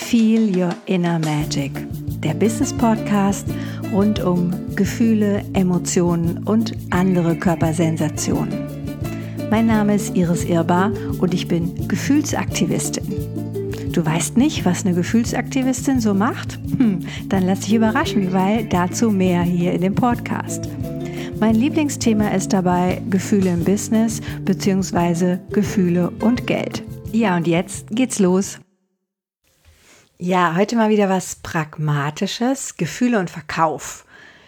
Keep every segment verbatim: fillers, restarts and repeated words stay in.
Feel Your Inner Magic, der Business-Podcast rund um Gefühle, Emotionen und andere Körpersensationen. Mein Name ist Iris Irbar und ich bin Gefühlsaktivistin. Du weißt nicht, was eine Gefühlsaktivistin so macht? Hm, dann lass dich überraschen, weil dazu mehr hier in dem Podcast. Mein Lieblingsthema ist dabei Gefühle im Business bzw. Gefühle und Geld. Ja, und jetzt geht's los. Ja, heute mal wieder was Pragmatisches, Gefühle und Verkauf.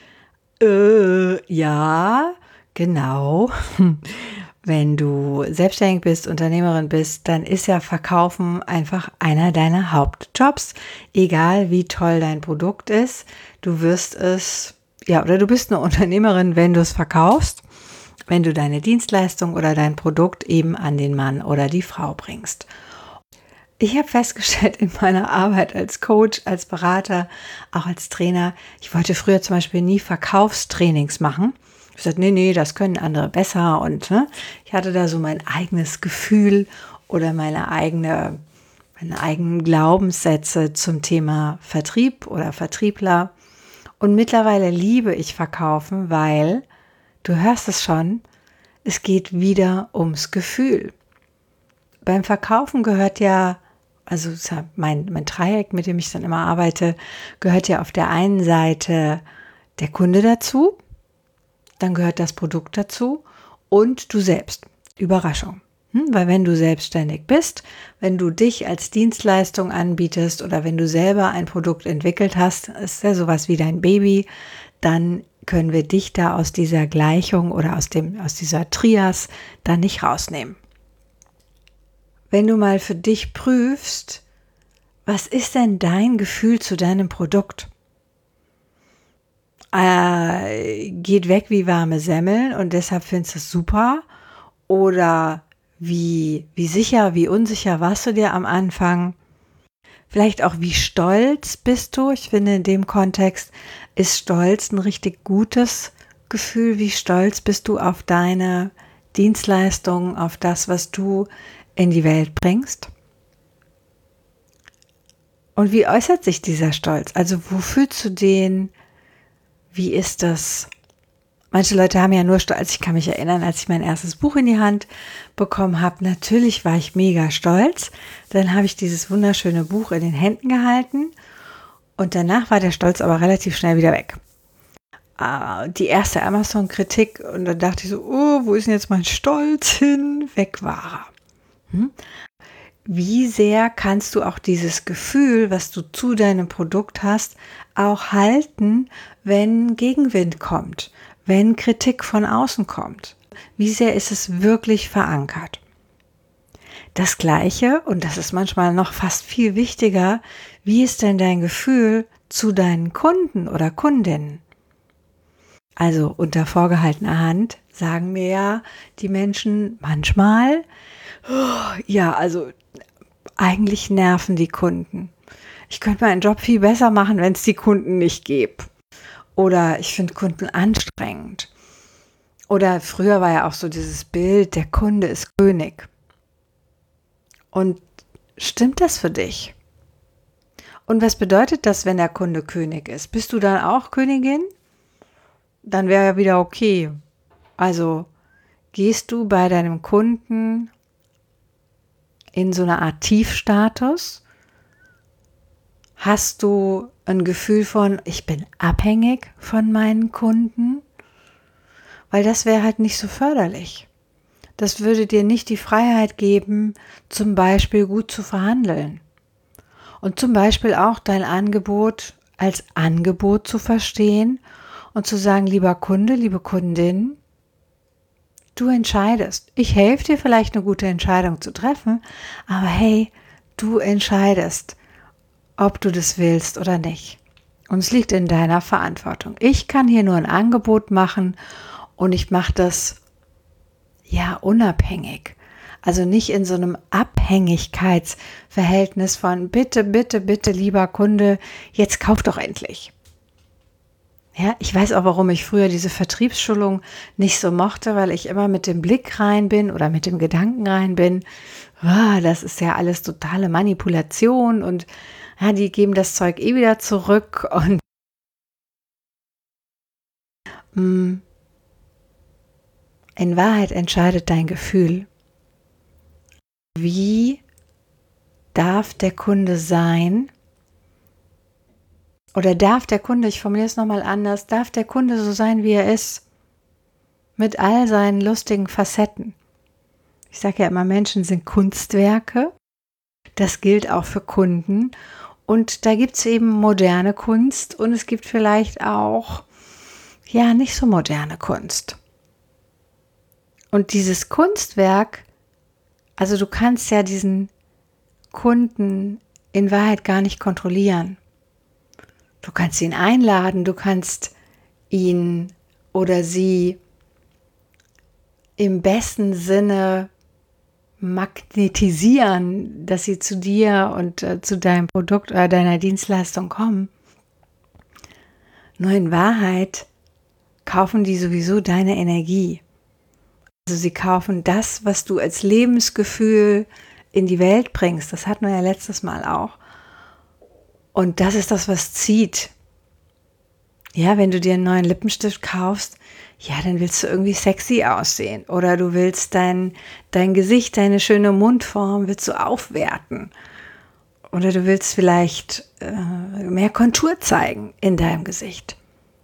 Äh, ja, genau. Wenn du selbstständig bist, Unternehmerin bist, dann ist ja Verkaufen einfach einer deiner Hauptjobs. Egal wie toll dein Produkt ist, du wirst es, ja, oder du bist eine Unternehmerin, wenn du es verkaufst, wenn du deine Dienstleistung oder dein Produkt eben an den Mann oder die Frau bringst. Ich habe festgestellt in meiner Arbeit als Coach, als Berater, auch als Trainer, ich wollte früher zum Beispiel nie Verkaufstrainings machen. Ich sagte, nee, nee, das können andere besser. Und ne, ich hatte da so mein eigenes Gefühl oder meine eigene, meine eigenen Glaubenssätze zum Thema Vertrieb oder Vertriebler. Und mittlerweile liebe ich Verkaufen, weil, du hörst es schon, es geht wieder ums Gefühl. Beim Verkaufen gehört ja, also mein, mein Dreieck, mit dem ich dann immer arbeite, gehört ja auf der einen Seite der Kunde dazu, dann gehört das Produkt dazu und du selbst. Überraschung. Hm? Weil wenn du selbstständig bist, wenn du dich als Dienstleistung anbietest oder wenn du selber ein Produkt entwickelt hast, ist ja sowas wie dein Baby, dann können wir dich da aus dieser Gleichung oder aus dem, aus dieser Trias dann nicht rausnehmen. Wenn du mal für dich prüfst, was ist denn dein Gefühl zu deinem Produkt? Äh, geht weg wie warme Semmeln und deshalb findest du es super? Oder wie, wie sicher, wie unsicher warst du dir am Anfang? Vielleicht auch wie stolz bist du? Ich finde, in dem Kontext ist Stolz ein richtig gutes Gefühl. Wie stolz bist du auf deine Dienstleistung, auf das, was du in die Welt bringst? Und wie äußert sich dieser Stolz? Also wo fühlst du den? Wie ist das? Manche Leute haben ja nur Stolz. Ich kann mich erinnern, als ich mein erstes Buch in die Hand bekommen habe, natürlich war ich mega stolz. Dann habe ich dieses wunderschöne Buch in den Händen gehalten und danach war der Stolz aber relativ schnell wieder weg. Die erste Amazon-Kritik und dann dachte ich so, oh, wo ist denn jetzt mein Stolz hin? Weg war er. Hm? Wie sehr kannst du auch dieses Gefühl, was du zu deinem Produkt hast, auch halten, wenn Gegenwind kommt, wenn Kritik von außen kommt? Wie sehr ist es wirklich verankert? Das Gleiche, und das ist manchmal noch fast viel wichtiger, wie ist denn dein Gefühl zu deinen Kunden oder Kundinnen? Also unter vorgehaltener Hand sagen mir ja die Menschen manchmal, oh, ja, also eigentlich nerven die Kunden. Ich könnte meinen Job viel besser machen, wenn es die Kunden nicht gäbe. Oder ich finde Kunden anstrengend. Oder früher war ja auch so dieses Bild, der Kunde ist König. Und stimmt das für dich? Und was bedeutet das, wenn der Kunde König ist? Bist du dann auch Königin? Dann wäre ja wieder okay. Also gehst du bei deinem Kunden in so eine Art Tiefstatus? Hast du ein Gefühl von, ich bin abhängig von meinen Kunden? Weil das wäre halt nicht so förderlich. Das würde dir nicht die Freiheit geben, zum Beispiel gut zu verhandeln. Und zum Beispiel auch dein Angebot als Angebot zu verstehen und zu sagen, lieber Kunde, liebe Kundin, du entscheidest. Ich helfe dir vielleicht eine gute Entscheidung zu treffen, aber hey, du entscheidest, ob du das willst oder nicht. Und es liegt in deiner Verantwortung. Ich kann hier nur ein Angebot machen und ich mache das ja unabhängig. Also nicht in so einem Abhängigkeitsverhältnis von bitte, bitte, bitte, lieber Kunde, jetzt kauf doch endlich. Ja, ich weiß auch, warum ich früher diese Vertriebsschulung nicht so mochte, weil ich immer mit dem Blick rein bin oder mit dem Gedanken rein bin, oh, das ist ja alles totale Manipulation und ja, die geben das Zeug eh wieder zurück und mh, in Wahrheit entscheidet dein Gefühl. Wie darf der Kunde sein? Oder darf der Kunde, ich formuliere es nochmal anders, darf der Kunde so sein, wie er ist? Mit all seinen lustigen Facetten. Ich sage ja immer, Menschen sind Kunstwerke. Das gilt auch für Kunden. Und da gibt es eben moderne Kunst und es gibt vielleicht auch, ja, nicht so moderne Kunst. Und dieses Kunstwerk, also du kannst ja diesen Kunden in Wahrheit gar nicht kontrollieren. Du kannst ihn einladen, du kannst ihn oder sie im besten Sinne magnetisieren, dass sie zu dir und äh, zu deinem Produkt oder deiner Dienstleistung kommen. Nur in Wahrheit kaufen die sowieso deine Energie. Also sie kaufen das, was du als Lebensgefühl in die Welt bringst. Das hatten wir ja letztes Mal auch. Und das ist das, was zieht. Ja, wenn du dir einen neuen Lippenstift kaufst, ja, dann willst du irgendwie sexy aussehen. Oder du willst dein, dein Gesicht, deine schöne Mundform, willst du aufwerten. Oder du willst vielleicht äh, mehr Kontur zeigen in deinem Gesicht.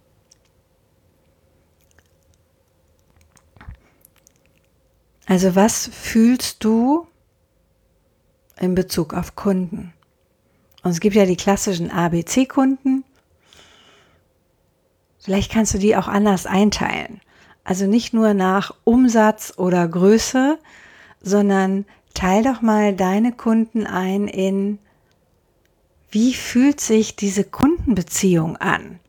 Also was fühlst du in Bezug auf Kunden? Und es gibt ja die klassischen A B C-Kunden. Vielleicht kannst du die auch anders einteilen. Also nicht nur nach Umsatz oder Größe, sondern teil doch mal deine Kunden ein in, wie fühlt sich diese Kundenbeziehung an?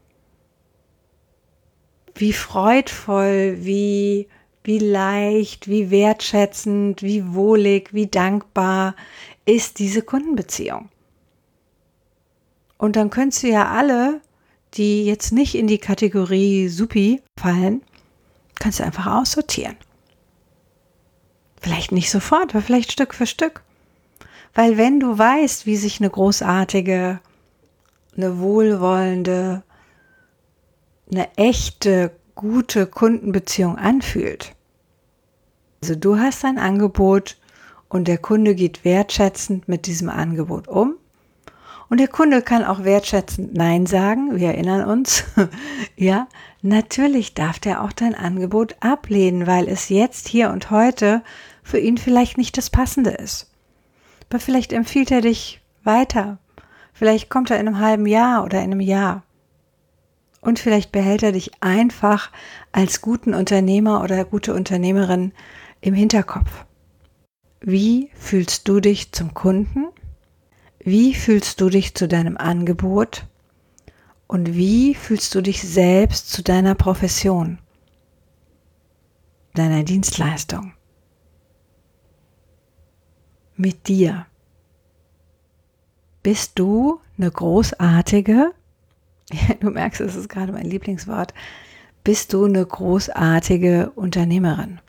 Wie freudvoll, wie, wie leicht, wie wertschätzend, wie wohlig, wie dankbar ist diese Kundenbeziehung? Und dann könntest du ja alle, die jetzt nicht in die Kategorie Supi fallen, kannst du einfach aussortieren. Vielleicht nicht sofort, aber vielleicht Stück für Stück. Weil wenn du weißt, wie sich eine großartige, eine wohlwollende, eine echte, gute Kundenbeziehung anfühlt, also du hast ein Angebot und der Kunde geht wertschätzend mit diesem Angebot um. Und der Kunde kann auch wertschätzend Nein sagen, wir erinnern uns. Ja, natürlich darf der auch dein Angebot ablehnen, weil es jetzt, hier und heute für ihn vielleicht nicht das Passende ist. Aber vielleicht empfiehlt er dich weiter. Vielleicht kommt er in einem halben Jahr oder in einem Jahr. Und vielleicht behält er dich einfach als guten Unternehmer oder gute Unternehmerin im Hinterkopf. Wie fühlst du dich zum Kunden? Wie fühlst du dich zu deinem Angebot und wie fühlst du dich selbst zu deiner Profession, deiner Dienstleistung, mit dir? Bist du eine großartige, du merkst, es ist gerade mein Lieblingswort, bist du eine großartige Unternehmerin?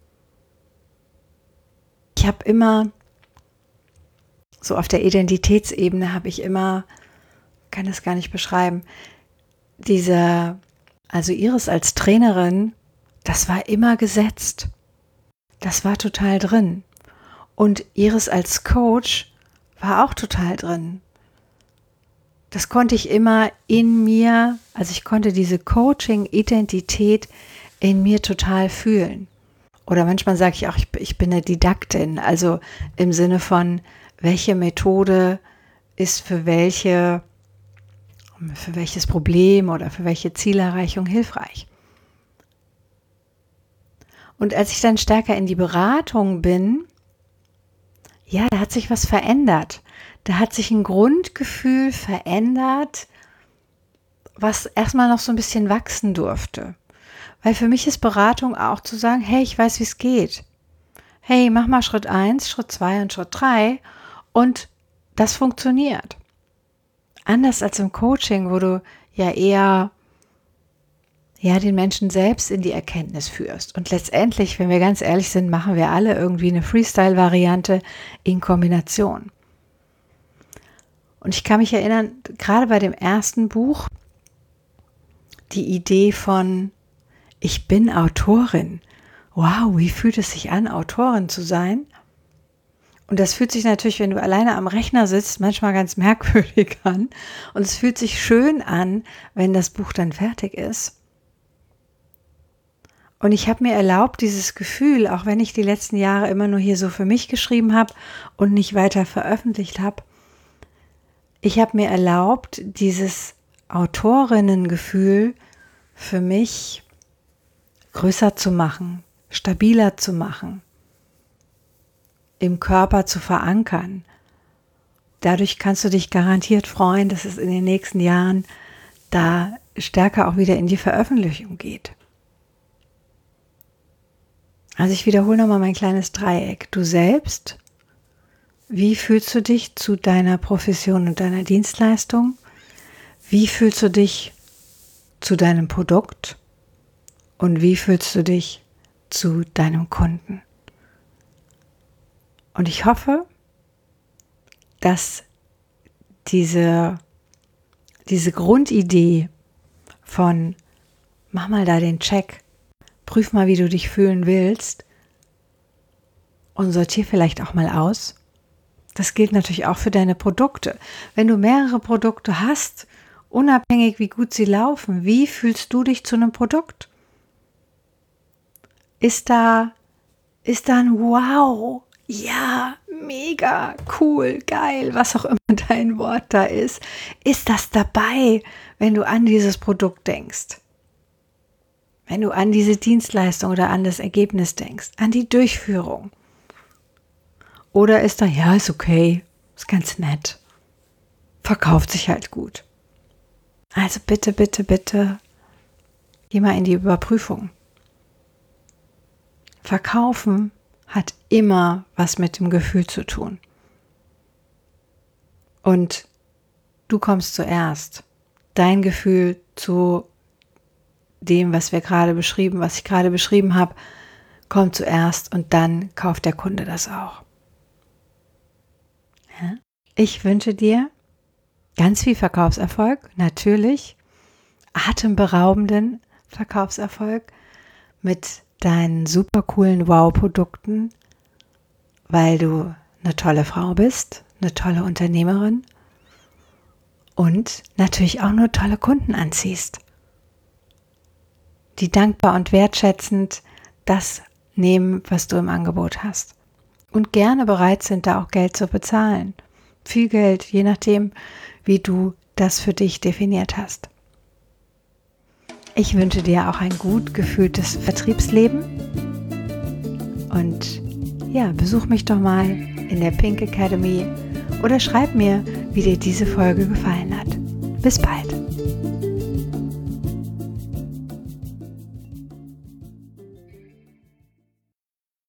Ich habe immer So auf der Identitätsebene habe ich immer, kann es gar nicht beschreiben, diese, also Iris als Trainerin, das war immer gesetzt. Das war total drin. Und Iris als Coach war auch total drin. Das konnte ich immer in mir, also ich konnte diese Coaching-Identität in mir total fühlen. Oder manchmal sage ich auch, ich, ich bin eine Didaktin, also im Sinne von, welche Methode ist für welche, für welches Problem oder für welche Zielerreichung hilfreich. Und als ich dann stärker in die Beratung bin, ja, da hat sich was verändert. Da hat sich ein Grundgefühl verändert, was erstmal noch so ein bisschen wachsen durfte. Weil für mich ist Beratung auch zu sagen, hey, ich weiß, wie es geht. Hey, mach mal Schritt eins, Schritt zwei und Schritt drei. Und das funktioniert. Anders als im Coaching, wo du ja eher ja, den Menschen selbst in die Erkenntnis führst. Und letztendlich, wenn wir ganz ehrlich sind, machen wir alle irgendwie eine Freestyle-Variante in Kombination. Und ich kann mich erinnern, gerade bei dem ersten Buch, die Idee von, ich bin Autorin. Wow, wie fühlt es sich an, Autorin zu sein? Und das fühlt sich natürlich, wenn du alleine am Rechner sitzt, manchmal ganz merkwürdig an. Und es fühlt sich schön an, wenn das Buch dann fertig ist. Und ich habe mir erlaubt, dieses Gefühl, auch wenn ich die letzten Jahre immer nur hier so für mich geschrieben habe und nicht weiter veröffentlicht habe, ich habe mir erlaubt, dieses Autorinnengefühl für mich größer zu machen, stabiler zu machen, im Körper zu verankern. Dadurch kannst du dich garantiert freuen, dass es in den nächsten Jahren da stärker auch wieder in die Veröffentlichung geht. Also ich wiederhole nochmal mein kleines Dreieck. Du selbst, wie fühlst du dich zu deiner Profession und deiner Dienstleistung? Wie fühlst du dich zu deinem Produkt? Und wie fühlst du dich zu deinem Kunden? Und ich hoffe, dass diese, diese Grundidee von mach mal da den Check, prüf mal, wie du dich fühlen willst und sortier vielleicht auch mal aus. Das gilt natürlich auch für deine Produkte. Wenn du mehrere Produkte hast, unabhängig wie gut sie laufen, wie fühlst du dich zu einem Produkt? Ist da, ist da ein Wow, ja, mega, cool, geil, was auch immer dein Wort da ist, ist das dabei, wenn du an dieses Produkt denkst? Wenn du an diese Dienstleistung oder an das Ergebnis denkst, an die Durchführung. Oder ist da, ja, ist okay, ist ganz nett, verkauft sich halt gut. Also bitte, bitte, bitte, geh mal in die Überprüfung. Verkaufen hat immer was mit dem Gefühl zu tun. Und du kommst zuerst. Dein Gefühl zu dem, was wir gerade beschrieben, was ich gerade beschrieben habe, kommt zuerst und dann kauft der Kunde das auch. Ja? Ich wünsche dir ganz viel Verkaufserfolg, natürlich atemberaubenden Verkaufserfolg mit deinen super coolen Wow-Produkten, weil du eine tolle Frau bist, eine tolle Unternehmerin und natürlich auch nur tolle Kunden anziehst, die dankbar und wertschätzend das nehmen, was du im Angebot hast und gerne bereit sind, da auch Geld zu bezahlen. Viel Geld, je nachdem, wie du das für dich definiert hast. Ich wünsche dir auch ein gut gefühltes Vertriebsleben und ja, besuch mich doch mal in der Pink Academy oder schreib mir, wie dir diese Folge gefallen hat. Bis bald!